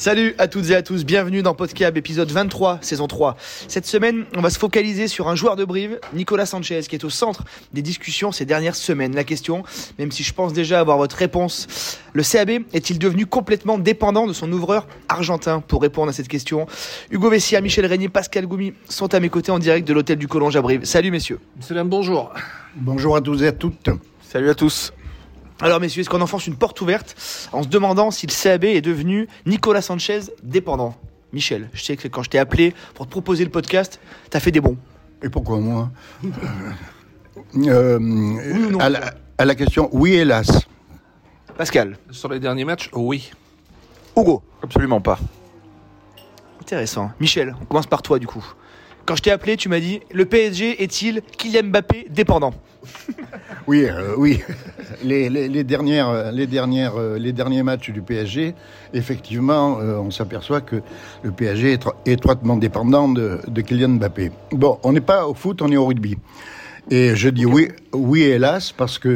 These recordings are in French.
Salut à toutes et à tous, bienvenue dans Podcab, épisode 23, saison 3. Cette semaine, on va se focaliser sur un joueur de Brive, Nicolas Sanchez, qui est au centre des discussions ces dernières semaines. La question, même si je pense déjà avoir votre réponse, le CAB est-il devenu complètement dépendant de son ouvreur argentin? Pour répondre à cette question, Hugo Vessia, Michel Régnier, Pascal Goumi sont à mes côtés en direct de l'hôtel du Collonges à Brive. Salut messieurs. Salam, bonjour. Bonjour à tous et à toutes. Salut à tous. Alors messieurs, est-ce qu'on enfonce une porte ouverte en se demandant si le CAB est devenu Nicolas Sanchez dépendant? Michel, je sais que quand je t'ai appelé pour te proposer le podcast, t'as fait des bons. Et pourquoi moi Oui ou non? À la question, oui hélas. Pascal. Sur les derniers matchs, oui. Hugo. Absolument pas. Intéressant. Michel, on commence par toi du coup. Quand je t'ai appelé, tu m'as dit, le PSG est-il Kylian Mbappé dépendant? Oui. Les derniers matchs du PSG, effectivement, on s'aperçoit que le PSG est étroitement dépendant de Kylian Mbappé. Bon, on n'est pas au foot, on est au rugby. Et je dis oui hélas, parce que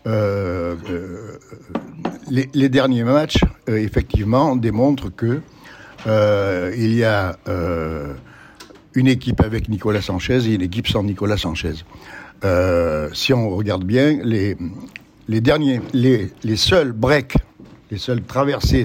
les derniers matchs, effectivement, démontrent que il y a une équipe avec Nicolas Sanchez et une équipe sans Nicolas Sanchez. Si on regarde bien, les seuls breaks, les seules traversées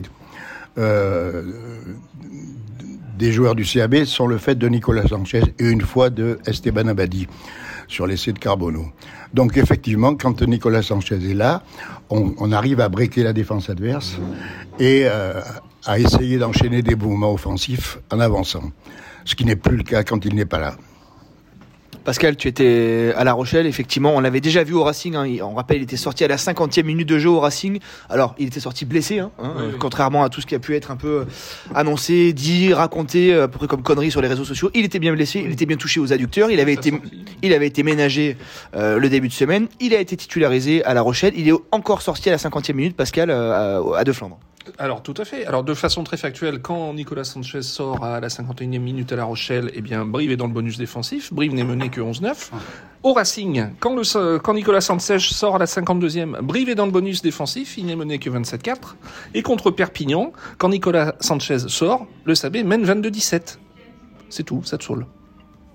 des joueurs du CAB sont le fait de Nicolas Sanchez et une fois de Esteban Abadi sur l'essai de Carbonneau. Donc effectivement, quand Nicolas Sanchez est là, on arrive à breaker la défense adverse et à essayer d'enchaîner des mouvements offensifs en avançant. Ce qui n'est plus le cas quand il n'est pas là. Pascal, tu étais à La Rochelle, effectivement, on l'avait déjà vu au Racing, on rappelle, il était sorti à la 50e minute de jeu au Racing, alors il était sorti blessé, contrairement à tout ce qui a pu être un peu annoncé, dit, raconté, à peu près comme connerie sur les réseaux sociaux, il était bien blessé, il était bien touché aux adducteurs, il avait été ménagé le début de semaine, il a été titularisé à La Rochelle, il est encore sorti à la 50e minute, Pascal, à De Flandre. Alors tout à fait. Alors de façon très factuelle, quand Nicolas Sanchez sort à la 51e minute à La Rochelle, eh bien Brive est dans le bonus défensif. Brive n'est mené que 11-9. Au Racing, quand Nicolas Sanchez sort à la 52e, Brive est dans le bonus défensif, il n'est mené que 27-4. Et contre Perpignan, quand Nicolas Sanchez sort, le Sabé mène 22-17. C'est tout, ça te saoule. Hugo ?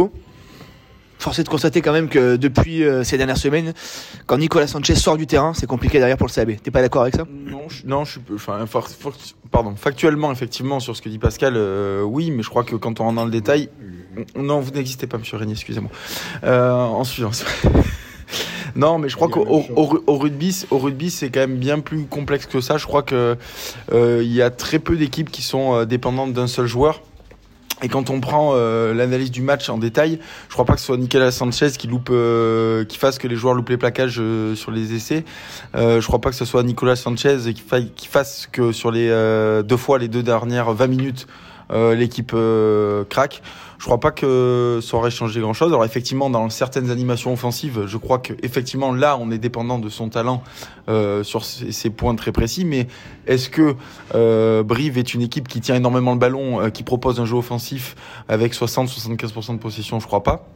Force est de constater quand même que depuis ces dernières semaines, quand Nicolas Sanchez sort du terrain, c'est compliqué derrière pour le CAB. T'es pas d'accord avec ça? Factuellement, effectivement, sur ce que dit Pascal, oui, mais je crois que quand on rentre dans le détail, non, vous n'existez pas, Monsieur Régnier, excusez-moi. En suivant. Non, mais je crois qu'au rugby, c'est quand même bien plus complexe que ça. Je crois que il y a très peu d'équipes qui sont dépendantes d'un seul joueur. Et quand on prend l'analyse du match en détail, je crois pas que ce soit Nicolas Sanchez qui fasse que les joueurs loupent les plaquages sur les essais. Je crois pas que ce soit Nicolas Sanchez qui fasse que sur les les deux dernières 20 minutes l'équipe craque. Je crois pas que ça aurait changé grand-chose. Alors effectivement, dans certaines animations offensives, je crois que effectivement là, on est dépendant de son talent sur ces points très précis. Mais est-ce que Brive est une équipe qui tient énormément le ballon, qui propose un jeu offensif avec 60-75% de possession? Je crois pas.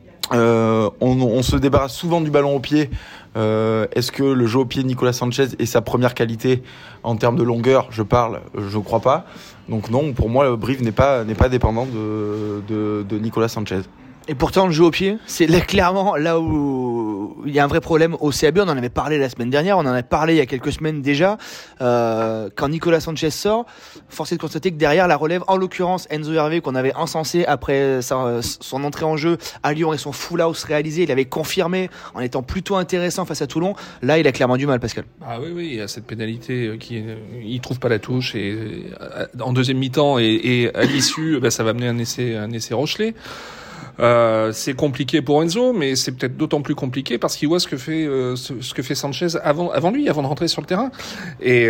On se débarrasse souvent du ballon au pied. Est-ce que le jeu au pied de Nicolas Sanchez est sa première qualité en termes de longueur? Je crois pas. Donc non, pour moi, Brive n'est pas dépendant de Nicolas Sanchez. Et pourtant, le jeu au pied, c'est clairement là où il y a un vrai problème au CAB. On en avait parlé la semaine dernière, on en a parlé il y a quelques semaines déjà. Quand Nicolas Sanchez sort, force est de constater que derrière la relève, en l'occurrence Enzo Hervé, qu'on avait encensé après son entrée en jeu à Lyon et son full house réalisé, il avait confirmé en étant plutôt intéressant face à Toulon. Là, il a clairement du mal, Pascal. Ah oui, il y a cette pénalité il trouve pas la touche et en deuxième mi-temps et à l'issue, ça va amener un essai Rochelet. C'est compliqué pour Enzo, mais c'est peut-être d'autant plus compliqué parce qu'il voit ce que fait Sanchez avant lui, avant de rentrer sur le terrain. Et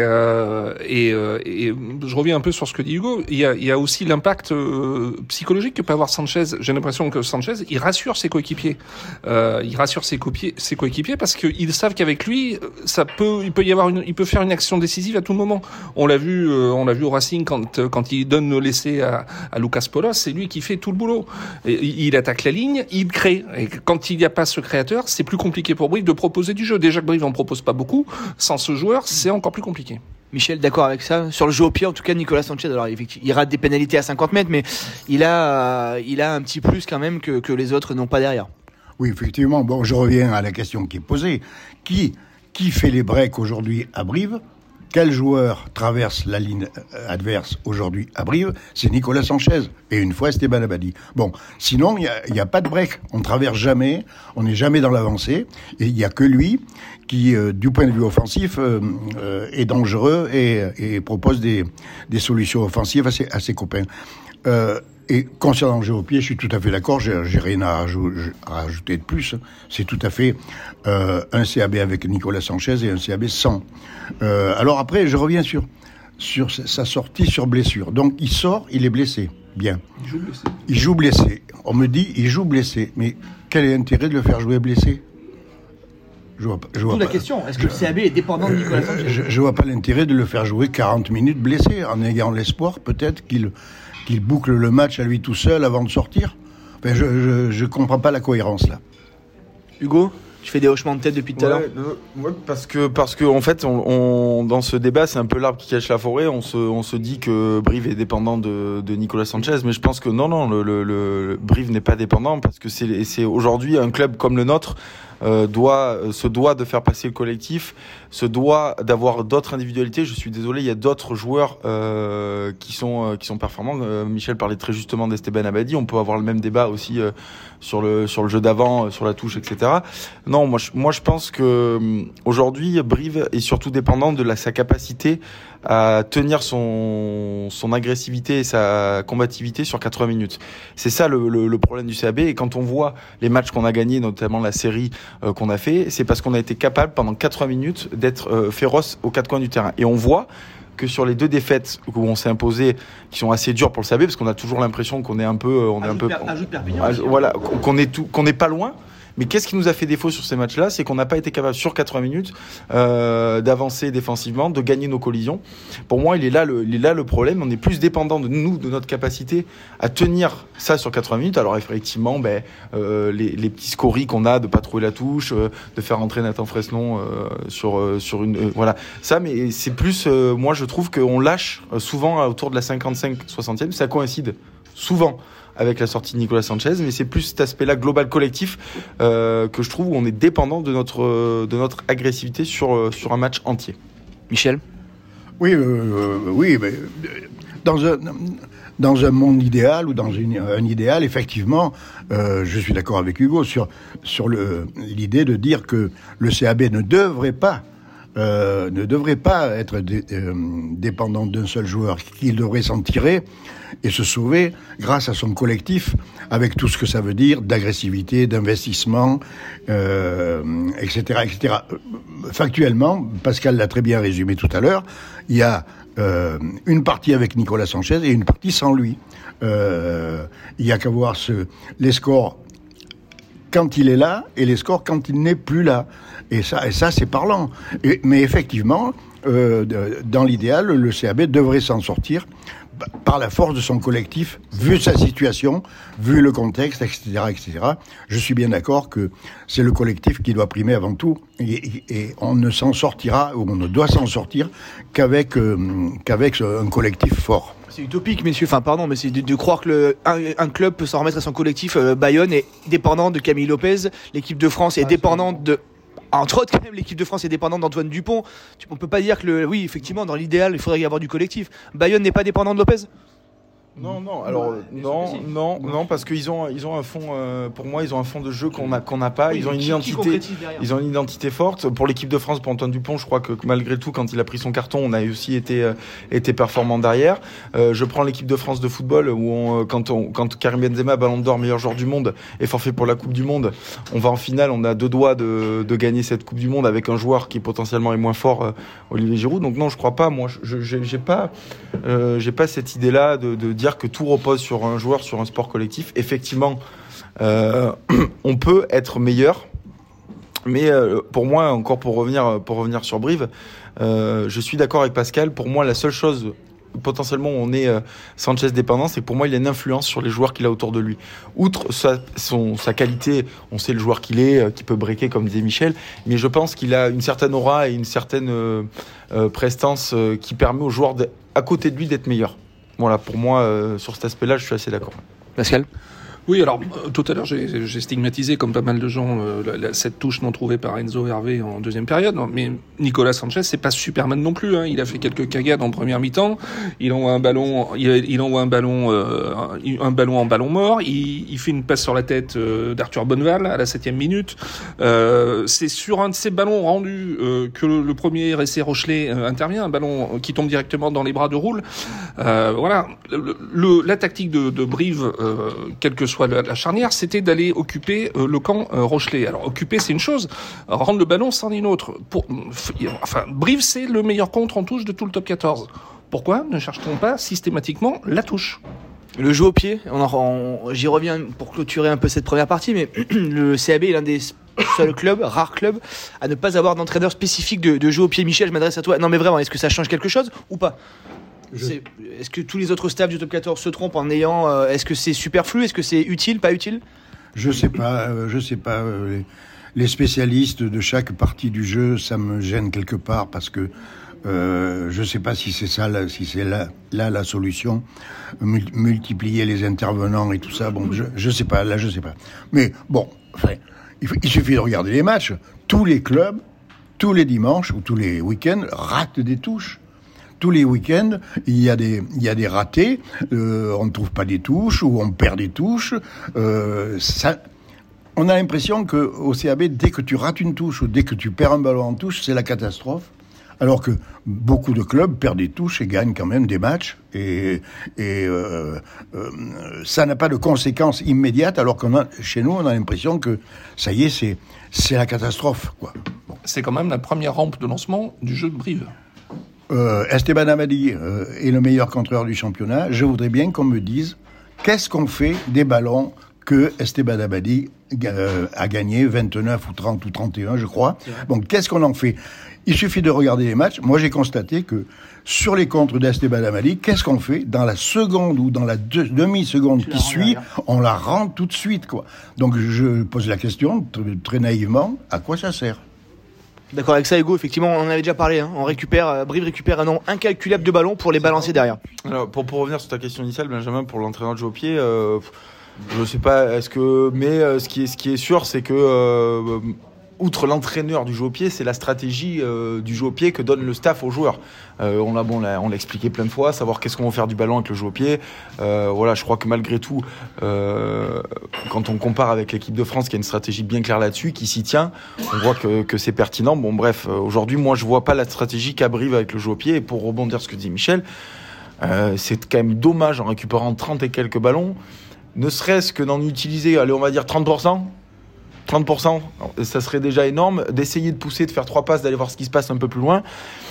je reviens un peu sur ce que dit Hugo. Il y a aussi l'impact psychologique que peut avoir Sanchez. J'ai l'impression que Sanchez, il rassure ses coéquipiers. Il rassure ses coéquipiers parce qu'ils savent qu'avec lui, il peut faire une action décisive à tout moment. On l'a vu au Racing quand il donne l'essai à Lucas Polos, c'est lui qui fait tout le boulot. Et il attaque la ligne, il crée. Et quand il n'y a pas ce créateur, c'est plus compliqué pour Brive de proposer du jeu. Déjà que Brive en propose pas beaucoup, sans ce joueur, c'est encore plus compliqué. Michel, d'accord avec ça? Sur le jeu au pied, en tout cas, Nicolas Sanchez, alors il rate des pénalités à 50 mètres, mais il a un petit plus quand même que les autres n'ont pas derrière. Oui, effectivement. Bon, je reviens à la question qui est posée. Qui fait les breaks aujourd'hui à Brive? Quel joueur traverse la ligne adverse aujourd'hui à Brive? C'est Nicolas Sanchez. Et une fois, Esteban Abadi. Bon, sinon, il y a pas de break. On traverse jamais. On n'est jamais dans l'avancée. Et il y a que lui qui, du point de vue offensif, est dangereux et propose des solutions offensives à ses copains. Et concernant le jeu au pied, je suis tout à fait d'accord, j'ai rien à rajouter de plus. C'est tout à fait un CAB avec Nicolas Sanchez et un CAB sans. Alors après, je reviens sur sa sortie sur blessure. Donc il sort, il est blessé. Bien. Il joue blessé. On me dit, il joue blessé. Mais quel est l'intérêt de le faire jouer blessé? Je vois la question, est-ce que le CAB est dépendant de Nicolas Sanchez? Je vois pas l'intérêt de le faire jouer 40 minutes blessé, en ayant l'espoir peut-être qu'il boucle le match à lui tout seul avant de sortir. Enfin, je comprends pas la cohérence là. Hugo, tu fais des hochements de tête depuis tout à l'heure. Ouais, parce que en fait, on dans ce débat, c'est un peu l'arbre qui cache la forêt. On se dit que Brive est dépendant de Nicolas Sanchez, mais je pense que non, le Brive n'est pas dépendant parce que c'est aujourd'hui un club comme le nôtre. Se doit de faire passer le collectif, se doit d'avoir d'autres individualités. Je suis désolé, il y a d'autres joueurs qui sont performants. Michel parlait très justement d'Esteban Abadi. On peut avoir le même débat aussi sur le jeu d'avant, sur la touche, etc. Non, moi je pense que aujourd'hui Brive est surtout dépendant de sa capacité à tenir son agressivité et sa combativité sur 80 minutes. C'est ça le problème du CAB. Et quand on voit les matchs qu'on a gagnés, notamment la série qu'on a fait, c'est parce qu'on a été capable pendant 80 minutes d'être féroce aux quatre coins du terrain. Et on voit que sur les deux défaites où on s'est imposé, qui sont assez dures pour le CAB, parce qu'on a toujours l'impression qu'on est un peu, voilà, qu'on n'est pas loin. Mais qu'est-ce qui nous a fait défaut sur ces matchs-là? C'est qu'on n'a pas été capable sur 80 minutes d'avancer défensivement, de gagner nos collisions. Pour moi, il est là le problème. On est plus dépendant de notre capacité à tenir ça sur 80 minutes. Alors effectivement, les petits scories qu'on a de pas trouver la touche, de faire entrer Nathan Fresnon sur une voilà. Ça, mais c'est plus moi je trouve qu'on lâche souvent autour de la 55-60e. Ça coïncide souvent avec la sortie de Nicolas Sanchez, mais c'est plus cet aspect-là global collectif que je trouve où on est dépendant de notre agressivité sur un match entier. Michel? Oui, mais dans un monde idéal ou dans un idéal, effectivement, je suis d'accord avec Hugo sur l'idée de dire que le CAB ne devrait pas être dépendant d'un seul joueur, qu'il devrait s'en tirer et se sauver grâce à son collectif, avec tout ce que ça veut dire d'agressivité, d'investissement, etc., etc. Factuellement, Pascal l'a très bien résumé tout à l'heure, il y a une partie avec Nicolas Sanchez et une partie sans lui. Il y a qu'à voir les scores quand il est là et les scores quand il n'est plus là. Et ça c'est parlant. Mais effectivement, dans l'idéal, le CAB devrait s'en sortir par la force de son collectif, vu sa situation, vu le contexte, etc., etc. Je suis bien d'accord que c'est le collectif qui doit primer avant tout, et on ne s'en sortira, ou on ne doit s'en sortir qu'avec un collectif fort. C'est utopique, messieurs. Enfin, pardon, mais c'est de croire que un club peut s'en remettre à son collectif. Bayonne est dépendant de Camille Lopez. L'équipe de France est dépendante de... Entre autres, quand même, l'équipe de France est dépendante d'Antoine Dupont. On peut pas dire que oui, effectivement, dans l'idéal, il faudrait y avoir du collectif. Bayonne n'est pas dépendant de Lopez? Non. Alors non, parce qu'ils ont un fond. Pour moi, ils ont un fond de jeu qu'on n'a pas. Oui, ils ont une identité forte. Pour l'équipe de France, pour Antoine Dupont, je crois que malgré tout, quand il a pris son carton, on a aussi été performant derrière. Je prends l'équipe de France de football où quand Karim Benzema, Ballon d'Or, meilleur joueur du monde, est forfait pour la Coupe du Monde, on va en finale. On a deux doigts de gagner cette Coupe du Monde avec un joueur qui potentiellement est moins fort, Olivier Giroud. Donc non, je crois pas. Moi, j'ai pas cette idée-là de dire que tout repose sur un joueur, sur un sport collectif. Effectivement, on peut être meilleur, mais pour moi, encore pour revenir sur Brive, je suis d'accord avec Pascal. Pour moi, la seule chose potentiellement on est Sanchez dépendant, c'est que pour moi il a une influence sur les joueurs qu'il a autour de lui. Outre sa qualité, on sait le joueur qu'il est, qui peut breaker comme disait Michel, mais je pense qu'il a une certaine aura et une certaine prestance qui permet aux joueurs à côté de lui d'être meilleurs. Voilà, pour moi, sur cet aspect-là, je suis assez d'accord. Pascal ? Oui, alors tout à l'heure j'ai stigmatisé comme pas mal de gens cette touche non trouvée par Enzo Hervé en deuxième période, mais Nicolas Sanchez c'est pas Superman non plus, hein. Il a fait quelques cagades en première mi-temps, il envoie un ballon en ballon mort, il fait une passe sur la tête d'Arthur Bonneval à la 7e minute. C'est sur un de ces ballons rendus que le premier essai Rochelet intervient, un ballon qui tombe directement dans les bras de Roule. Voilà, la tactique de Brive, quelle que soit la charnière, c'était d'aller occuper le camp Rochelet. Alors occuper c'est une chose, rendre le ballon c'en est une autre. Brive c'est le meilleur contre en touche de tout le top 14. Pourquoi ne cherche-t-on pas systématiquement la touche ? Le jeu au pied, j'y reviens pour clôturer un peu cette première partie, mais le CAB est l'un des seuls clubs, rares clubs, à ne pas avoir d'entraîneur spécifique de jeu au pied. Michel, je m'adresse à toi. Non mais vraiment, est-ce que ça change quelque chose ou pas ? Est-ce que tous les autres staffs du top 14 se trompent en ayant... est-ce que c'est superflu ? Est-ce que c'est utile, pas utile ? Je sais pas. Les spécialistes de chaque partie du jeu, ça me gêne quelque part parce que je sais pas si c'est ça, si c'est là la solution. Multiplier les intervenants et tout ça. Bon, je sais pas. Là, je sais pas. Mais bon, enfin, il suffit de regarder les matchs. Tous les clubs, tous les dimanches ou tous les week-ends ratent des touches. Tous les week-ends, il y a des ratés, on ne trouve pas des touches ou on perd des touches. On a l'impression que au CAB, dès que tu rates une touche ou dès que tu perds un ballon en touche, c'est la catastrophe. Alors que beaucoup de clubs perdent des touches et gagnent quand même des matchs. Et ça n'a pas de conséquences immédiates. Alors chez nous, on a l'impression que ça y est, c'est la catastrophe, quoi. Bon. C'est quand même la première rampe de lancement du jeu de Brive. Esteban Amadi est le meilleur contreur du championnat. Je voudrais bien qu'on me dise qu'est-ce qu'on fait des ballons que Esteban Amadi a gagné, 29 ou 30 ou 31 je crois. Bon, qu'est-ce qu'on en fait ? Il suffit de regarder les matchs. Moi j'ai constaté que sur les contres d'Esteban Amadi, qu'est-ce qu'on fait ? Dans la seconde ou dans la demi-seconde qui suit, on la rend tout de suite, quoi. Donc je pose la question très naïvement, à quoi ça sert ? D'accord avec ça, Hugo, effectivement, on en avait déjà parlé. Brive récupère un nombre incalculable de ballons pour les balancer derrière. Alors, pour revenir sur ta question initiale, Benjamin, pour l'entraîneur de jeu au pied, je sais pas, ce qui est sûr, c'est que outre l'entraîneur du jeu au pied, c'est la stratégie du jeu au pied que donne le staff aux joueurs. On l'a expliqué plein de fois, savoir qu'est-ce qu'on va faire du ballon avec le jeu au pied. Voilà, je crois que malgré tout, quand on compare avec l'équipe de France, qui a une stratégie bien claire là-dessus, qui s'y tient, on voit que c'est pertinent. Bon, bref, aujourd'hui, moi, je vois pas la stratégie qu'a Brive avec le jeu au pied. Et pour rebondir sur ce que dit Michel, c'est quand même dommage en récupérant 30 et quelques ballons, ne serait-ce que d'en utiliser, allez, on va dire 30%. 30%, ça serait déjà énorme, d'essayer de pousser, de faire 3 passes, d'aller voir ce qui se passe un peu plus loin.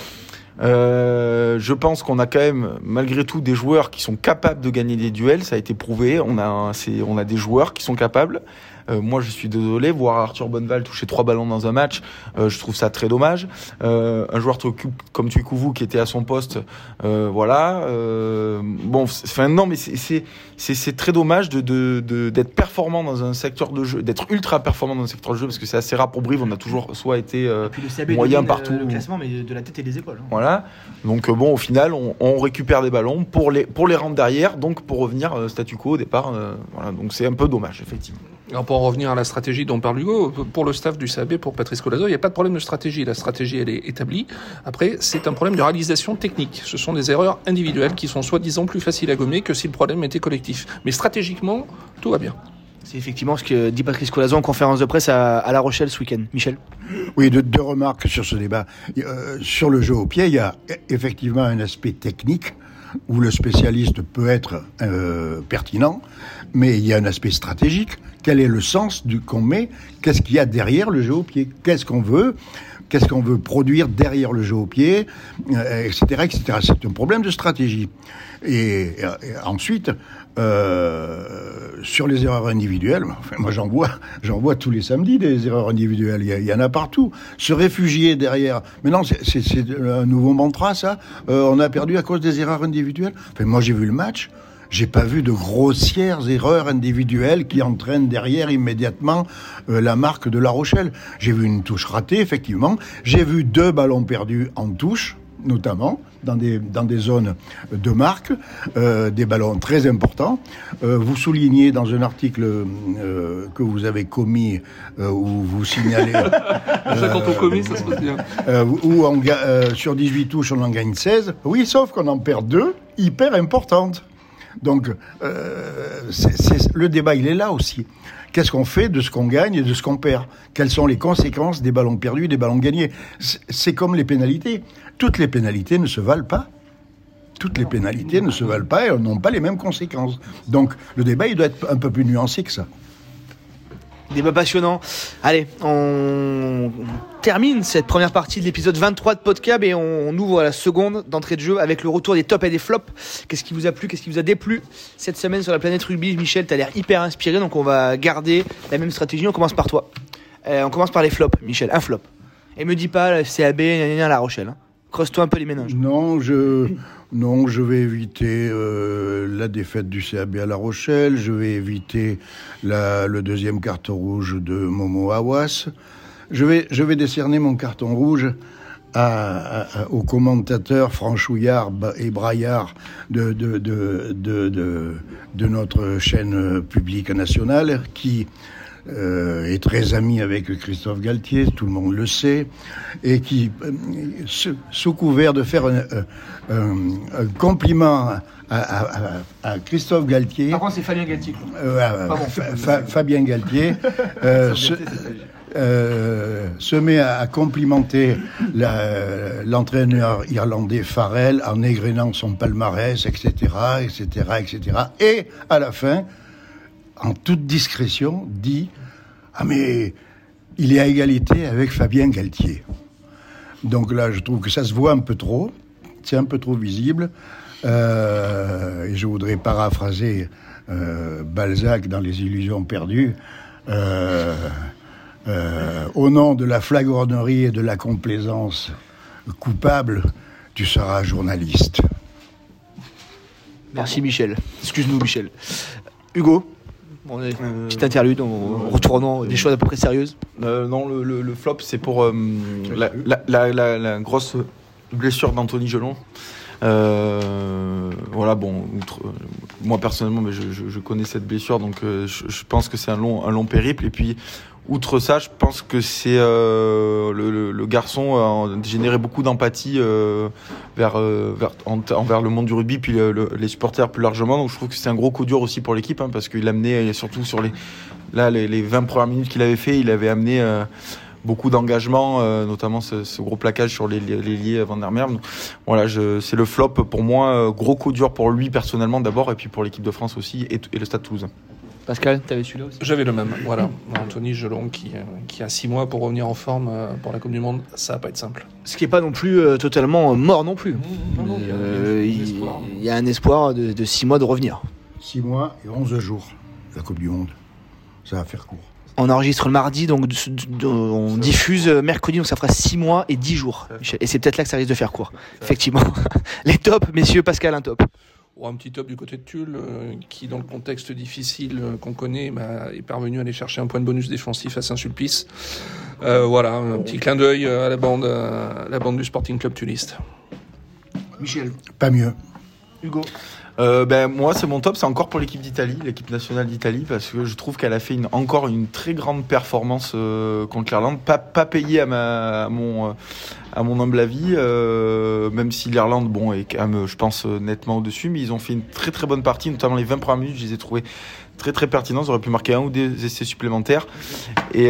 Je pense qu'on a quand même, malgré tout, des joueurs qui sont capables de gagner des duels, ça a été prouvé, on a des joueurs qui sont capables. Moi, je suis désolé, voir Arthur Bonneval toucher 3 ballons dans un match, je trouve ça très dommage. Un joueur comme Tuikouvou qui était à son poste, voilà. Non, mais c'est très dommage d'être performant dans un secteur de jeu, d'être ultra performant dans un secteur de jeu, parce que c'est assez rare pour Brive. On a toujours soit été moyen partout, le classement, mais de la tête et des épaules. Voilà. Donc bon, au final, on récupère des ballons pour les rendre derrière, donc pour revenir statu quo au départ. Voilà. Donc c'est un peu dommage, effectivement. Alors pour en revenir à la stratégie dont parle Hugo, pour le staff du CAB, pour Patrice Colazo, il n'y a pas de problème de stratégie. La stratégie, elle est établie. Après, c'est un problème de réalisation technique. Ce sont des erreurs individuelles qui sont soi-disant plus faciles à gommer que si le problème était collectif. Mais stratégiquement, tout va bien. C'est effectivement ce que dit Patrice Colazo en conférence de presse à La Rochelle ce week-end. Michel ? Oui, deux remarques sur ce débat. Sur le jeu au pied, il y a effectivement un aspect technique où le spécialiste peut être pertinent, mais il y a un aspect stratégique. Quel est le sens qu'on met ? Qu'est-ce qu'il y a derrière le jeu au pied ? Qu'est-ce qu'on veut produire derrière le jeu au pied, etc., etc. C'est un problème de stratégie. Et ensuite, sur les erreurs individuelles, enfin, moi j'en vois tous les samedis des erreurs individuelles. Il y en a partout. Se réfugier derrière. Mais non, c'est un nouveau mantra, ça. On a perdu à cause des erreurs individuelles. individuelles. Enfin, moi, j'ai vu le match. J'ai pas vu de grossières erreurs individuelles qui entraînent derrière immédiatement la marque de La Rochelle. J'ai vu une touche ratée, effectivement. J'ai vu 2 ballons perdus en touche, notamment dans des zones de marque, des ballons très importants. Vous soulignez dans un article que vous avez commis, où vous signalez... Quand on commet, ça se passe bien. Sur 18 touches, on en gagne 16. Oui, sauf qu'on en perd 2, hyper importantes. Donc, le débat, il est là aussi. Qu'est-ce qu'on fait de ce qu'on gagne et de ce qu'on perd ? Quelles sont les conséquences des ballons perdus et des ballons gagnés ? C'est comme les pénalités. Toutes les pénalités ne se valent pas. Toutes les pénalités ne se valent pas et n'ont pas les mêmes conséquences. Donc, le débat, il doit être un peu plus nuancé que ça. Débat passionnant. Allez, on termine cette première partie de l'épisode 23 de Podcab et on ouvre la seconde d'entrée de jeu avec le retour des tops et des flops. Qu'est-ce qui vous a plu, qu'est-ce qui vous a déplu cette semaine sur la planète rugby ? Michel, t'as l'air hyper inspiré, donc on va garder la même stratégie. On commence par toi. On commence par les flops, Michel, un flop. Et me dis pas CAB, La Rochelle. Hein. Creuse-toi un peu les méninges. Non, je vais éviter la défaite du CAB à La Rochelle. Je vais éviter le deuxième carton rouge de Momo Hawass. Je vais décerner mon carton rouge aux commentateurs franchouillards et braillards de notre chaîne publique nationale qui est très ami avec Christophe Galtier, tout le monde le sait, et qui, sous couvert de faire un compliment à Christophe Galtier... Par contre, c'est Fabien Galtier. Fabien Galtier se met à complimenter l'entraîneur irlandais Farrell en égrenant son palmarès, etc., etc., etc. Et, à la fin, en toute discrétion, dit « Ah mais il est à égalité avec Fabien Galtier ». Donc là, je trouve que ça se voit un peu trop, c'est un peu trop visible. Et je voudrais paraphraser Balzac dans Les Illusions perdues. Au nom de la flagornerie et de la complaisance coupable, tu seras journaliste. Merci Michel. Excuse-nous Michel. Hugo, petite interlude en retournant des choses à peu près sérieuses. Non, le flop, c'est pour la grosse blessure d'Anthony Gelon. Voilà, bon, moi personnellement, mais je connais cette blessure, donc je pense que c'est un long périple. Et puis, outre ça, je pense que c'est le garçon a généré beaucoup d'empathie envers le monde du rugby, puis les supporters plus largement. Donc, je trouve que c'est un gros coup dur aussi pour l'équipe, hein, parce qu'il a amené, surtout sur les 20 premières minutes qu'il avait fait, il avait amené beaucoup d'engagement, notamment ce gros plaquage sur les liés Van der Merwe. Voilà, c'est le flop pour moi, gros coup dur pour lui personnellement d'abord, et puis pour l'équipe de France aussi, et le Stade Toulousain. Pascal, t'avais celui-là aussi ? J'avais le même, voilà. Anthony Gelon qui a 6 mois pour revenir en forme pour la Coupe du Monde, ça va pas être simple. Ce qui n'est pas non plus totalement mort non plus. Il y a un espoir de 6 mois de revenir. 6 mois et 11 jours, la Coupe du Monde. Ça va faire court. On enregistre le mardi, donc on diffuse mercredi, donc ça fera 6 mois et 10 jours. Michel. Et c'est peut-être là que ça risque de faire court. Effectivement. Les tops, messieurs, Pascal, un top. Un petit top du côté de Tulle, qui dans le contexte difficile qu'on connaît est parvenu à aller chercher un point de bonus défensif à Saint-Sulpice. Voilà, un petit clin d'œil à la bande du Sporting Club Tulliste. Michel. Pas mieux. Hugo. Moi, c'est mon top, c'est encore pour l'équipe d'Italie, l'équipe nationale d'Italie, parce que je trouve qu'elle a fait encore une très grande performance contre l'Irlande, pas payée à mon humble avis, même si l'Irlande, est quand même, je pense, nettement au-dessus, mais ils ont fait une très très bonne partie, notamment les 20 premières minutes, je les ai trouvées très très pertinentes, ils auraient pu marquer un ou des essais supplémentaires, et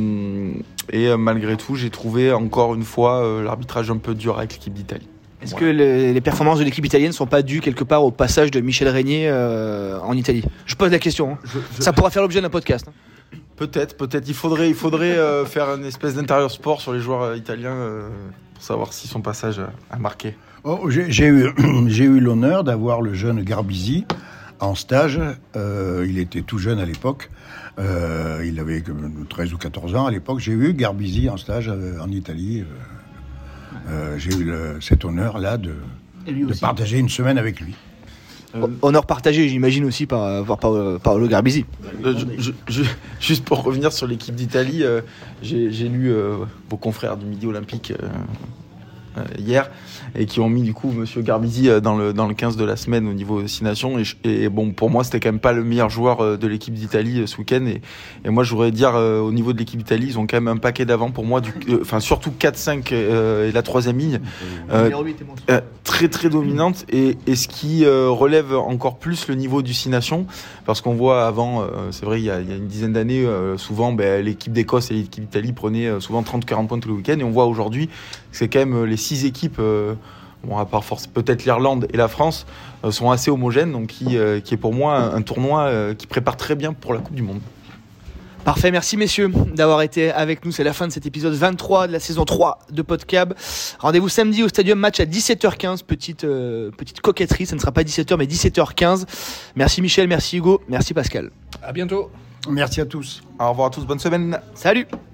malgré tout, j'ai trouvé encore une fois l'arbitrage un peu dur avec l'équipe d'Italie. Est-ce que les performances de l'équipe italienne ne sont pas dues quelque part au passage de Michel Régnier en Italie ? Je pose la question. Hein. Ça pourra faire l'objet d'un podcast. Hein. Peut-être. Il faudrait faire une espèce d'intérieur sport sur les joueurs italiens pour savoir si son passage a marqué. J'ai eu l'honneur d'avoir le jeune Garbisi en stage. Il était tout jeune à l'époque. Il avait 13 ou 14 ans à l'époque. J'ai eu Garbisi en stage en Italie. J'ai eu cet honneur-là de partager une semaine avec lui. Honneur partagé, j'imagine aussi par Paolo Garbisi. Juste pour revenir sur l'équipe d'Italie, j'ai lu vos confrères du Midi Olympique hier et qui ont mis du coup Monsieur Garbisi dans le 15 de la semaine au niveau 6 Nations et bon, pour moi c'était quand même pas le meilleur joueur de l'équipe d'Italie ce week-end et moi je voudrais dire au niveau de l'équipe d'Italie ils ont quand même un paquet d'avant pour moi surtout 4-5 et la troisième ligne très très dominante et ce qui relève encore plus le niveau du 6 Nations parce qu'on voit avant c'est vrai il y a une dizaine d'années souvent l'équipe d'Écosse et l'équipe d'Italie prenaient souvent 30-40 points tous les week-ends et on voit aujourd'hui que c'est quand même les 6 équipes à part peut-être l'Irlande et la France sont assez homogènes donc qui est pour moi un tournoi qui prépare très bien pour la Coupe du Monde. Parfait, merci messieurs d'avoir été avec nous. C'est la fin de cet épisode 23 de la saison 3 de Podcab. Rendez-vous samedi au Stadium Match à 17h15. Petite coquetterie, ça ne sera pas 17h mais 17h15. Merci Michel, merci Hugo, merci Pascal. À bientôt. Merci à tous. Au revoir à tous, bonne semaine. Salut.